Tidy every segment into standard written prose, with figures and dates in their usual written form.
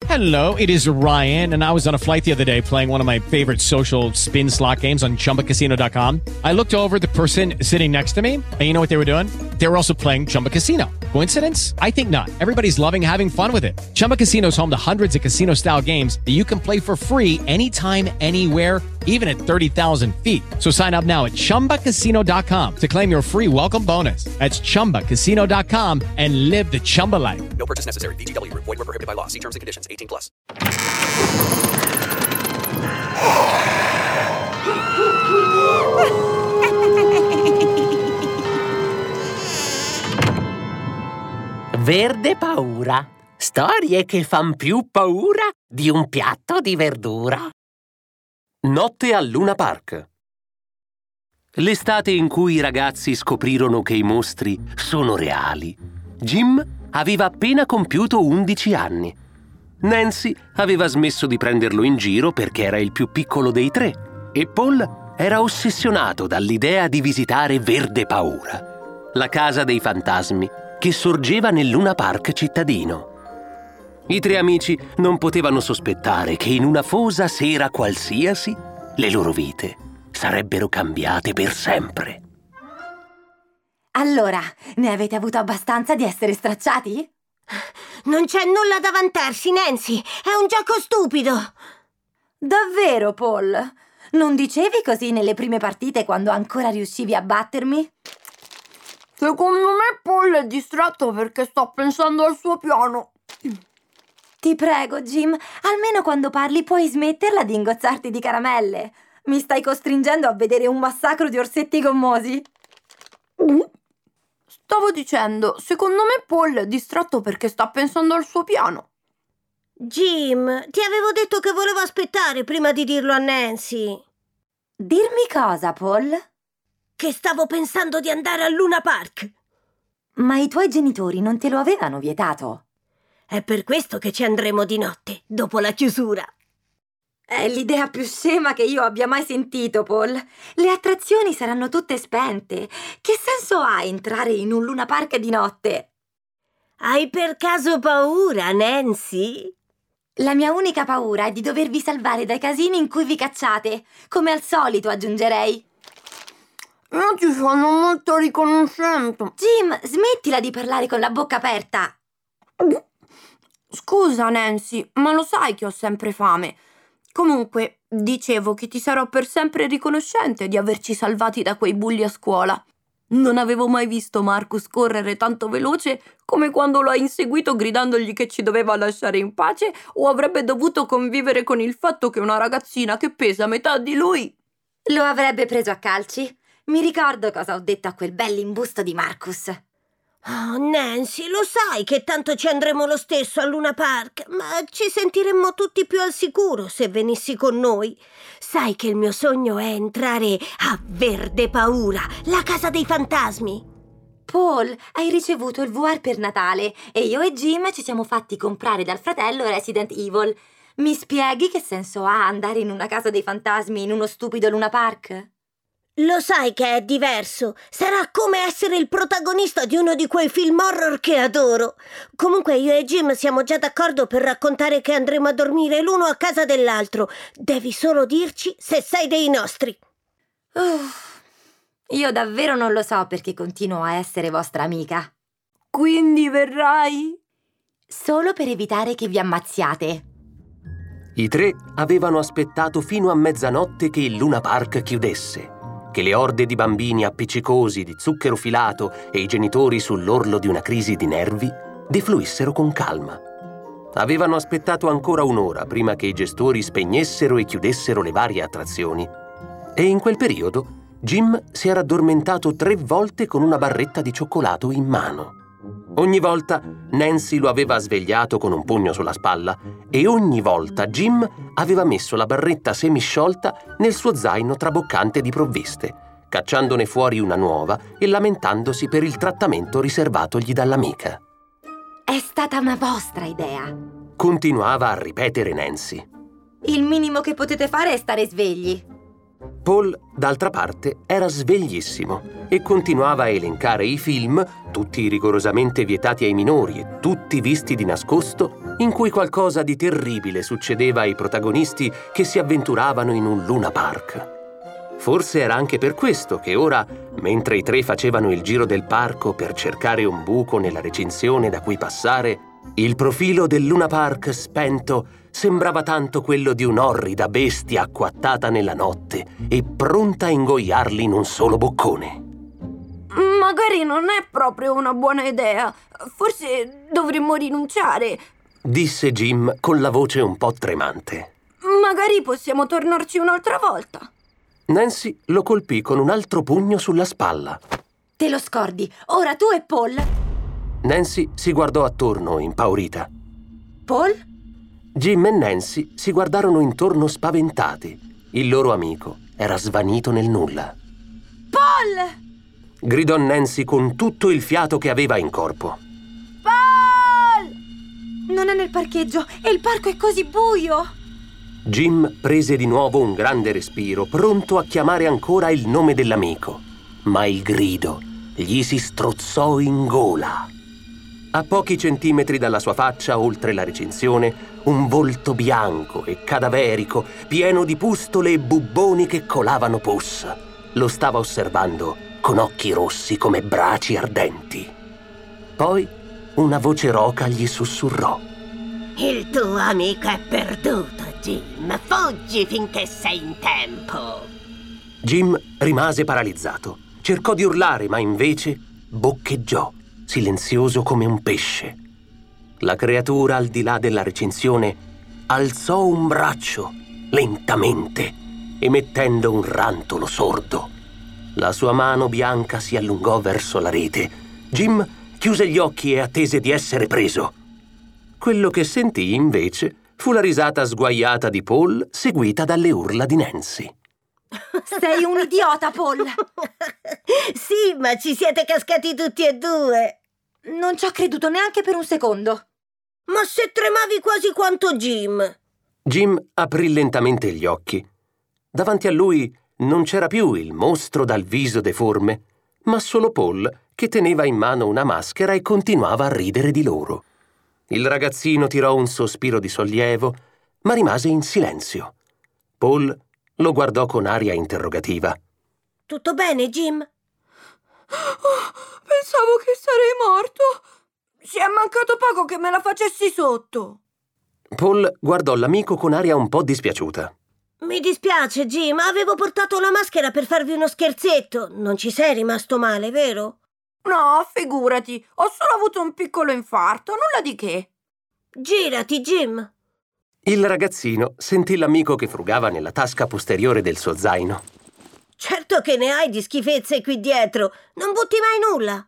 Hello, it is Ryan, and I was on a flight the other day playing one of my favorite social spin slot games on ChumbaCasino.com. I looked over at the person sitting next to me, and you know what they were doing? They were also playing Chumba Casino. Coincidence? I think not. Everybody's loving having fun with it. Chumba Casino is home to hundreds of casino-style games that you can play for free anytime, anywhere, even at 30,000 feet. So sign up now at ChumbaCasino.com to claim your free welcome bonus. That's ChumbaCasino.com and live the Chumba life. No purchase necessary. VGW. Void where prohibited by law. See terms and conditions. 18 plus. Verde paura. Storie che fan più paura di un piatto di verdura. Notte al Luna Park. L'estate in cui i ragazzi scoprirono che i mostri sono reali, Jim aveva appena compiuto 11 anni. Nancy aveva smesso di prenderlo in giro perché era il più piccolo dei tre e Paul era ossessionato dall'idea di visitare Verde Paura, la casa dei fantasmi che sorgeva nel Luna Park cittadino. I tre amici non potevano sospettare che in una fosa sera qualsiasi le loro vite sarebbero cambiate per sempre. Allora, ne avete avuto abbastanza di essere stracciati? Non c'è nulla da vantarsi, Nancy. È un gioco stupido. Davvero, Paul? Non dicevi così nelle prime partite quando ancora riuscivi a battermi? Secondo me Paul è distratto perché sta pensando al suo piano. Ti prego, Jim, almeno quando parli puoi smetterla di ingozzarti di caramelle. Mi stai costringendo a vedere un massacro di orsetti gommosi. Stavo dicendo, secondo me Paul è distratto perché sta pensando al suo piano. Jim, ti avevo detto che volevo aspettare prima di dirlo a Nancy. Dirmi cosa, Paul? Che stavo pensando di andare al Luna Park. Ma i tuoi genitori non te lo avevano vietato? È per questo che ci andremo di notte, dopo la chiusura. È l'idea più scema che io abbia mai sentito, Paul. Le attrazioni saranno tutte spente. Che senso ha entrare in un Luna Park di notte? Hai per caso paura, Nancy? La mia unica paura è di dovervi salvare dai casini in cui vi cacciate. Come al solito, aggiungerei. Io ti sono molto riconoscente. Jim, smettila di parlare con la bocca aperta. Scusa, Nancy, ma lo sai che ho sempre fame. Comunque, dicevo che ti sarò per sempre riconoscente di averci salvati da quei bulli a scuola. Non avevo mai visto Marcus correre tanto veloce come quando lo ha inseguito gridandogli che ci doveva lasciare in pace o avrebbe dovuto convivere con il fatto che una ragazzina che pesa metà di lui lo avrebbe preso a calci. Mi ricordo cosa ho detto a quel bell'imbusto di Marcus. Oh, Nancy, lo sai che tanto ci andremo lo stesso al Luna Park, ma ci sentiremmo tutti più al sicuro se venissi con noi. Sai che il mio sogno è entrare a Verde Paura, la casa dei fantasmi. Paul, hai ricevuto il VR per Natale e io e Jim ci siamo fatti comprare dal fratello Resident Evil. Mi spieghi che senso ha andare in una casa dei fantasmi in uno stupido Luna Park? Lo sai che è diverso. Sarà come essere il protagonista di uno di quei film horror che adoro. Comunque io e Jim siamo già d'accordo per raccontare che andremo a dormire l'uno a casa dell'altro. Devi solo dirci se sei dei nostri. Io davvero non lo so perché continuo a essere vostra amica. Quindi verrai? Solo per evitare che vi ammazziate. I tre avevano aspettato fino a mezzanotte che il Luna Park chiudesse, che le orde di bambini appiccicosi di zucchero filato e i genitori sull'orlo di una crisi di nervi defluissero con calma. Avevano aspettato ancora un'ora prima che i gestori spegnessero e chiudessero le varie attrazioni. E in quel periodo Jim si era addormentato 3 volte con una barretta di cioccolato in mano. Ogni volta Nancy lo aveva svegliato con un pugno sulla spalla e ogni volta Jim aveva messo la barretta semisciolta nel suo zaino traboccante di provviste, cacciandone fuori una nuova e lamentandosi per il trattamento riservatogli dall'amica. È stata una vostra idea. Continuava a ripetere Nancy. Il minimo che potete fare è stare svegli. Paul, d'altra parte, era sveglissimo e continuava a elencare i film, tutti rigorosamente vietati ai minori e tutti visti di nascosto, in cui qualcosa di terribile succedeva ai protagonisti che si avventuravano in un Luna Park. Forse era anche per questo che ora, mentre i tre facevano il giro del parco per cercare un buco nella recinzione da cui passare, il profilo del Luna Park spento sembrava tanto quello di un'orrida bestia acquattata nella notte e pronta a ingoiarli in un solo boccone. Magari non è proprio una buona idea. Forse dovremmo rinunciare. Disse Jim con la voce un po' tremante. Magari possiamo tornarci un'altra volta. Nancy lo colpì con un altro pugno sulla spalla. Te lo scordi, ora tu e Paul. Nancy si guardò attorno, impaurita. Paul? Jim e Nancy si guardarono intorno spaventati. Il loro amico era svanito nel nulla. Paul! Gridò Nancy con tutto il fiato che aveva in corpo. Paul! Non è nel parcheggio e il parco è così buio. Jim prese di nuovo un grande respiro, pronto a chiamare ancora il nome dell'amico. Ma il grido gli si strozzò in gola. A pochi centimetri dalla sua faccia, oltre la recinzione, un volto bianco e cadaverico, pieno di pustole e bubboni che colavano pus, lo stava osservando con occhi rossi come braci ardenti. Poi una voce roca gli sussurrò: Il tuo amico è perduto, Jim. Fuggi finché sei in tempo. Jim rimase paralizzato. Cercò di urlare, ma invece boccheggiò, silenzioso come un pesce. La creatura al di là della recinzione alzò un braccio, lentamente, emettendo un rantolo sordo. La sua mano bianca si allungò verso la rete. Jim chiuse gli occhi e attese di essere preso. Quello che sentì, invece, fu la risata sguaiata di Paul, seguita dalle urla di Nancy. Sei un idiota, Paul! Sì, ma ci siete cascati tutti e due. Non ci ho creduto neanche per un secondo. Ma se tremavi quasi quanto Jim. Jim aprì lentamente gli occhi. Davanti a lui non c'era più il mostro dal viso deforme, ma solo Paul, che teneva in mano una maschera e continuava a ridere di loro. Il ragazzino tirò un sospiro di sollievo, ma rimase in silenzio. Paul lo guardò con aria interrogativa. Tutto bene, Jim? Pensavo che sarei morto. Ci è mancato poco che me la facessi sotto. Paul guardò l'amico con aria un po' dispiaciuta. Mi dispiace, Jim. Avevo portato la maschera per farvi uno scherzetto. Non ci sei rimasto male, vero? No, figurati. Ho solo avuto un piccolo infarto, nulla di che. Girati, Jim. Il ragazzino sentì l'amico che frugava nella tasca posteriore del suo zaino. Certo che ne hai di schifezze qui dietro. Non butti mai nulla.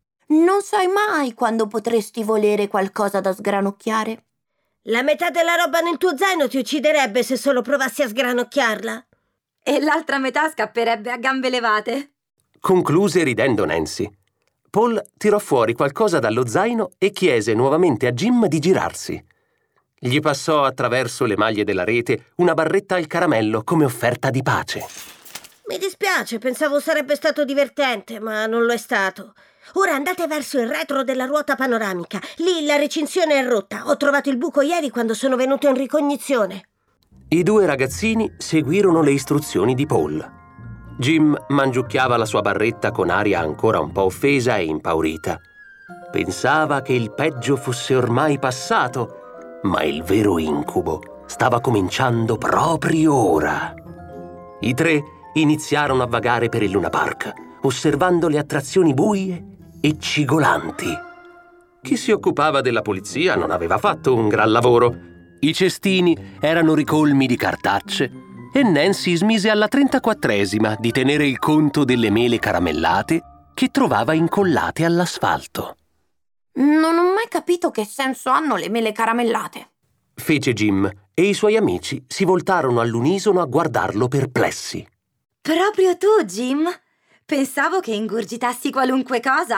Non sai mai quando potresti volere qualcosa da sgranocchiare. La metà della roba nel tuo zaino ti ucciderebbe se solo provassi a sgranocchiarla. E l'altra metà scapperebbe a gambe levate. Concluse ridendo Nancy. Paul tirò fuori qualcosa dallo zaino e chiese nuovamente a Jim di girarsi. Gli passò attraverso le maglie della rete una barretta al caramello come offerta di pace. Mi dispiace, pensavo sarebbe stato divertente, ma non lo è stato. Ora andate verso il retro della ruota panoramica. Lì la recinzione è rotta. Ho trovato il buco ieri quando sono venuto in ricognizione. I due ragazzini seguirono le istruzioni di Paul. Jim mangiucchiava la sua barretta con aria ancora un po' offesa e impaurita. Pensava che il peggio fosse ormai passato, ma il vero incubo stava cominciando proprio ora. I tre iniziarono a vagare per il Luna Park, osservando le attrazioni buie e cigolanti. Chi si occupava della polizia non aveva fatto un gran lavoro. I cestini erano ricolmi di cartacce e Nancy smise alla 34esima di tenere il conto delle mele caramellate che trovava incollate all'asfalto. Non ho mai capito che senso hanno le mele caramellate, fece Jim, e i suoi amici si voltarono all'unisono a guardarlo perplessi. Proprio tu, Jim? Pensavo che ingurgitassi qualunque cosa.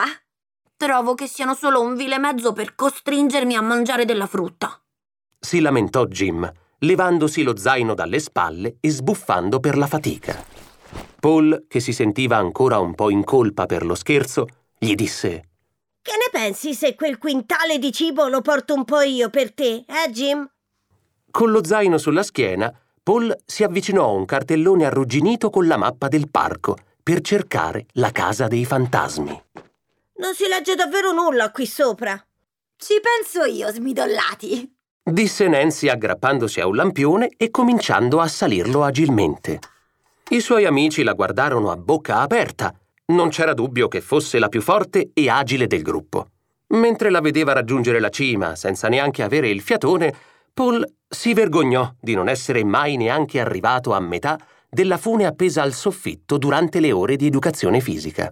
Trovo che siano solo un vile mezzo per costringermi a mangiare della frutta. Si lamentò Jim, levandosi lo zaino dalle spalle e sbuffando per la fatica. Paul, che si sentiva ancora un po' in colpa per lo scherzo, gli disse: Che ne pensi se quel quintale di cibo lo porto un po' io per te, Jim? Con lo zaino sulla schiena, Paul si avvicinò a un cartellone arrugginito con la mappa del parco per cercare la casa dei fantasmi. Non si legge davvero nulla qui sopra. Ci penso io, smidollati, disse Nancy aggrappandosi a un lampione e cominciando a salirlo agilmente. I suoi amici la guardarono a bocca aperta. Non c'era dubbio che fosse la più forte e agile del gruppo. Mentre la vedeva raggiungere la cima senza neanche avere il fiatone, Paul si vergognò di non essere mai neanche arrivato a metà della fune appesa al soffitto durante le ore di educazione fisica.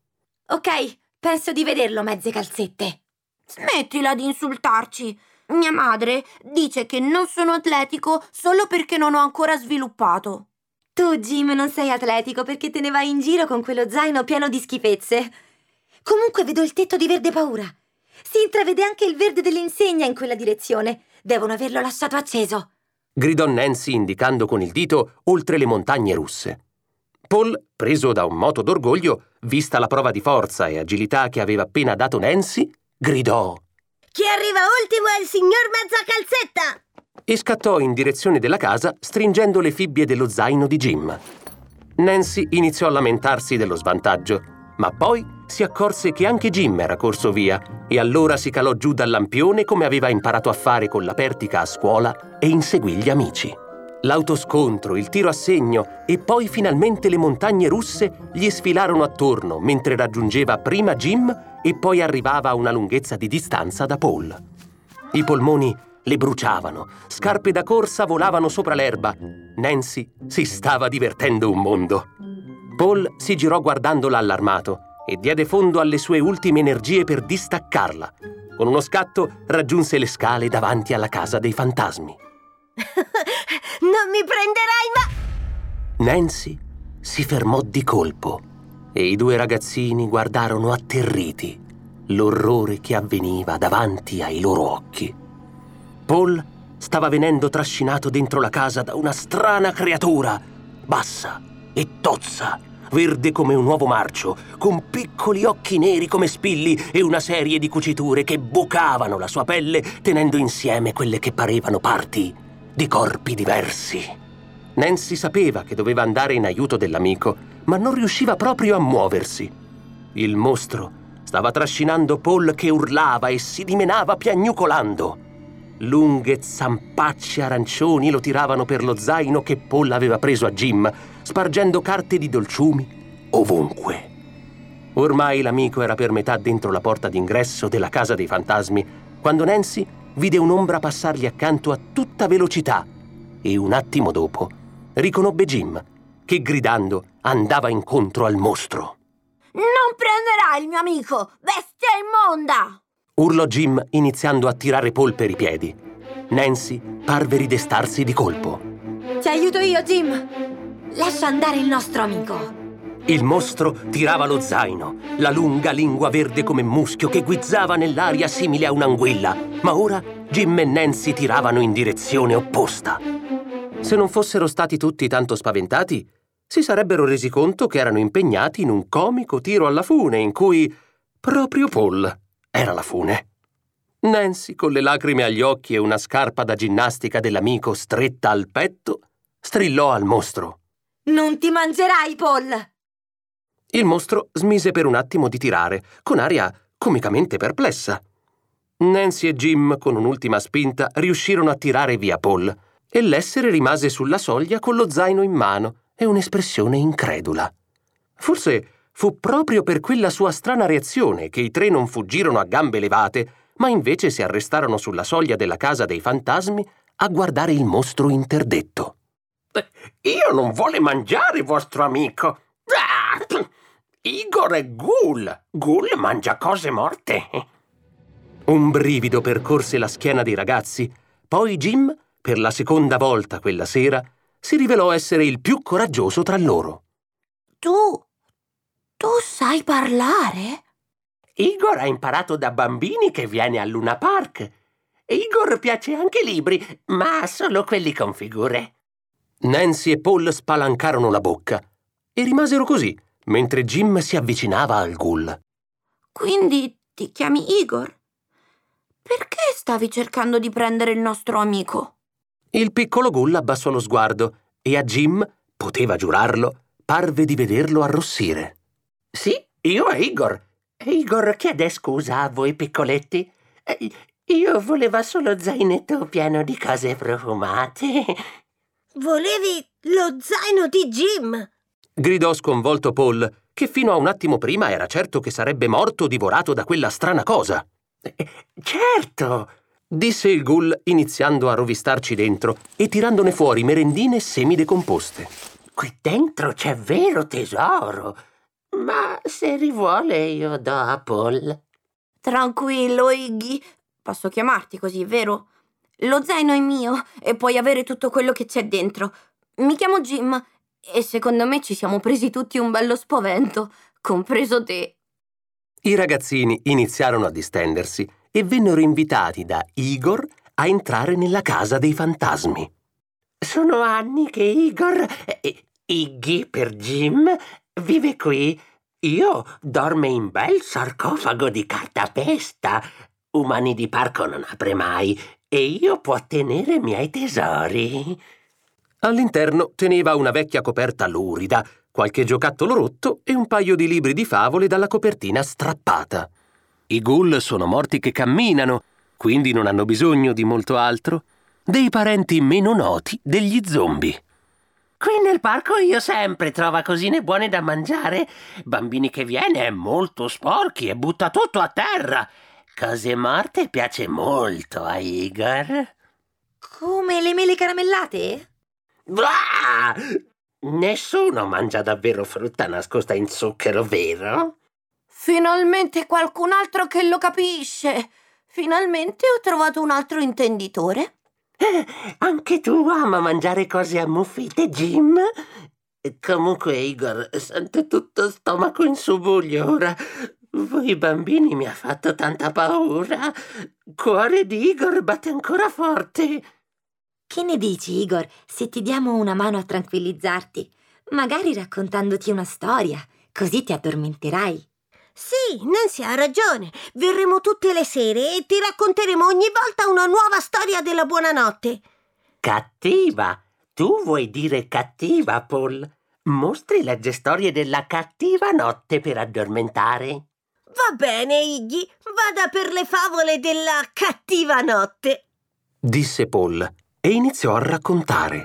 Ok, penso di vederlo, mezze calzette. Smettila di insultarci. Mia madre dice che non sono atletico solo perché non ho ancora sviluppato. Tu, Jim, non sei atletico perché te ne vai in giro con quello zaino pieno di schifezze. Comunque vedo il tetto di verde paura. Si intravede anche il verde dell'insegna in quella direzione. Devono averlo lasciato acceso. Gridò Nancy indicando con il dito oltre le montagne russe. Paul, preso da un moto d'orgoglio, vista la prova di forza e agilità che aveva appena dato Nancy, gridò: Chi arriva ultimo è il signor Mezza Calzetta! E scattò in direzione della casa stringendo le fibbie dello zaino di Jim. Nancy iniziò a lamentarsi dello svantaggio, ma poi si accorse che anche Jim era corso via e allora si calò giù dal lampione come aveva imparato a fare con la pertica a scuola e inseguì gli amici. L'autoscontro, il tiro a segno e poi finalmente le montagne russe gli sfilarono attorno mentre raggiungeva prima Jim e poi arrivava a una lunghezza di distanza da Paul. I polmoni le bruciavano, scarpe da corsa volavano sopra l'erba. Nancy si stava divertendo un mondo. Paul si girò guardandola allarmato e diede fondo alle sue ultime energie per distaccarla. Con uno scatto raggiunse le scale davanti alla casa dei fantasmi. Non mi prenderai Nancy si fermò di colpo e i due ragazzini guardarono atterriti l'orrore che avveniva davanti ai loro occhi. Paul stava venendo trascinato dentro la casa da una strana creatura, bassa e tozza, verde come un uovo marcio, con piccoli occhi neri come spilli e una serie di cuciture che bucavano la sua pelle, tenendo insieme quelle che parevano parti di corpi diversi. Nancy sapeva che doveva andare in aiuto dell'amico, ma non riusciva proprio a muoversi. Il mostro stava trascinando Paul che urlava e si dimenava piagnucolando. Lunghe zampacce arancioni lo tiravano per lo zaino che Paul aveva preso a Jim, spargendo carte di dolciumi ovunque. Ormai l'amico era per metà dentro la porta d'ingresso della casa dei fantasmi, quando Nancy vide un'ombra passargli accanto a tutta velocità e un attimo dopo riconobbe Jim, che gridando andava incontro al mostro. Non prenderai il mio amico, bestia immonda! Urlò Jim iniziando a tirare Paul per i piedi. Nancy parve ridestarsi di colpo. Ti aiuto io, Jim. Lascia andare il nostro amico. Il mostro tirava lo zaino, la lunga lingua verde come muschio che guizzava nell'aria simile a un'anguilla, ma ora Jim e Nancy tiravano in direzione opposta. Se non fossero stati tutti tanto spaventati, si sarebbero resi conto che erano impegnati in un comico tiro alla fune in cui proprio Paul era la fune. Nancy, con le lacrime agli occhi e una scarpa da ginnastica dell'amico stretta al petto, strillò al mostro: Non ti mangerai, Paul! Il mostro smise per un attimo di tirare, con aria comicamente perplessa. Nancy e Jim, con un'ultima spinta, riuscirono a tirare via Paul, e l'essere rimase sulla soglia con lo zaino in mano e un'espressione incredula. Forse fu proprio per quella sua strana reazione che i tre non fuggirono a gambe levate, ma invece si arrestarono sulla soglia della casa dei fantasmi a guardare il mostro interdetto. Io non vuole mangiare vostro amico. Igor è Ghoul. Ghoul mangia cose morte. Un brivido percorse la schiena dei ragazzi. Poi Jim, per la seconda volta quella sera, si rivelò essere il più coraggioso tra loro. Tu sai parlare? Igor ha imparato da bambini che viene al Luna Park. Igor piace anche i libri, ma solo quelli con figure. Nancy e Paul spalancarono la bocca e rimasero così, mentre Jim si avvicinava al Ghoul. Quindi Ti chiami Igor? Perché stavi cercando di prendere il nostro amico? Il piccolo Ghoul abbassò lo sguardo e a Jim, poteva giurarlo, parve di vederlo arrossire. Sì, io e Igor. Igor chiede scusa a voi piccoletti. Io volevo solo zainetto pieno di cose profumate. Volevi lo zaino di Jim? Gridò sconvolto Paul, che fino a un attimo prima era certo che sarebbe morto divorato da quella strana cosa. Certo, disse il Ghoul iniziando a rovistarci dentro e tirandone fuori merendine semidecomposte. qui dentro c'è vero tesoro. Ma se rivuole io do a Paul. Tranquillo, Iggy. Posso chiamarti così, vero? Lo zaino è mio e puoi avere tutto quello che c'è dentro. Mi chiamo Jim e secondo me ci siamo presi tutti un bello spavento, compreso te. I ragazzini iniziarono a distendersi e vennero invitati da Igor a entrare nella casa dei fantasmi. Sono anni che Igor, Iggy per Jim, vive qui. Io dorme in bel sarcofago di cartapesta. Umani di parco non apre mai e io può tenere i miei tesori. All'interno teneva una vecchia coperta lurida, qualche giocattolo rotto e un paio di libri di favole dalla copertina strappata. I ghoul sono morti che camminano, quindi non hanno bisogno di molto altro. Dei parenti meno noti degli zombie. Qui nel parco io sempre trovo cosine buone da mangiare. Bambini che viene molto sporchi e butta tutto a terra. Cose morte piace molto a Igor. Come le mele caramellate? Bah! Nessuno mangia davvero frutta nascosta in zucchero, vero? Finalmente qualcun altro che lo capisce. Finalmente ho trovato un altro intenditore. Anche tu ama mangiare cose ammuffite, Jim? Comunque, Igor, sento tutto stomaco in subbuglio ora. Voi bambini mi ha fatto tanta paura. Cuore di Igor batte ancora forte. Che ne dici, Igor, se ti diamo una mano a tranquillizzarti? Magari raccontandoti una storia, così ti addormenterai. Sì, Nancy ha ragione. Verremo tutte le sere e ti racconteremo ogni volta una nuova storia della buonanotte. Cattiva? Tu vuoi dire cattiva, Paul? Mostri le storie della cattiva notte per addormentare. Va bene, Iggy, vada per le favole della cattiva notte, disse Paul e iniziò a raccontare.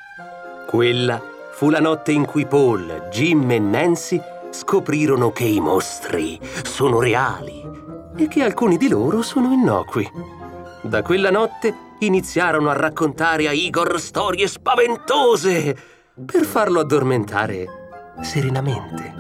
Quella fu la notte in cui Paul, Jim e Nancy scoprirono che i mostri sono reali e che alcuni di loro sono innocui. Da quella notte iniziarono a raccontare a Igor storie spaventose per farlo addormentare serenamente.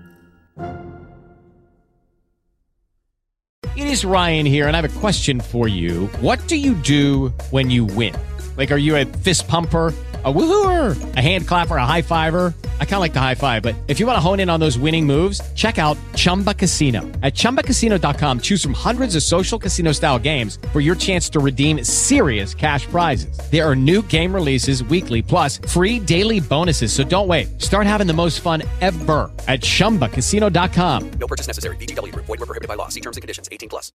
It is Ryan here, and I have a question for you. What do you do when you win? Like, are you a fist pumper, a woohooer, a hand clapper, a high fiver? I kind of like the high five, but if you want to hone in on those winning moves, check out Chumba Casino. At ChumbaCasino.com, choose from hundreds of social casino-style games for your chance to redeem serious cash prizes. There are new game releases weekly, plus free daily bonuses, so don't wait. Start having the most fun ever at ChumbaCasino.com. No purchase necessary. VGW Group. Void where prohibited by law. See terms and conditions. 18+.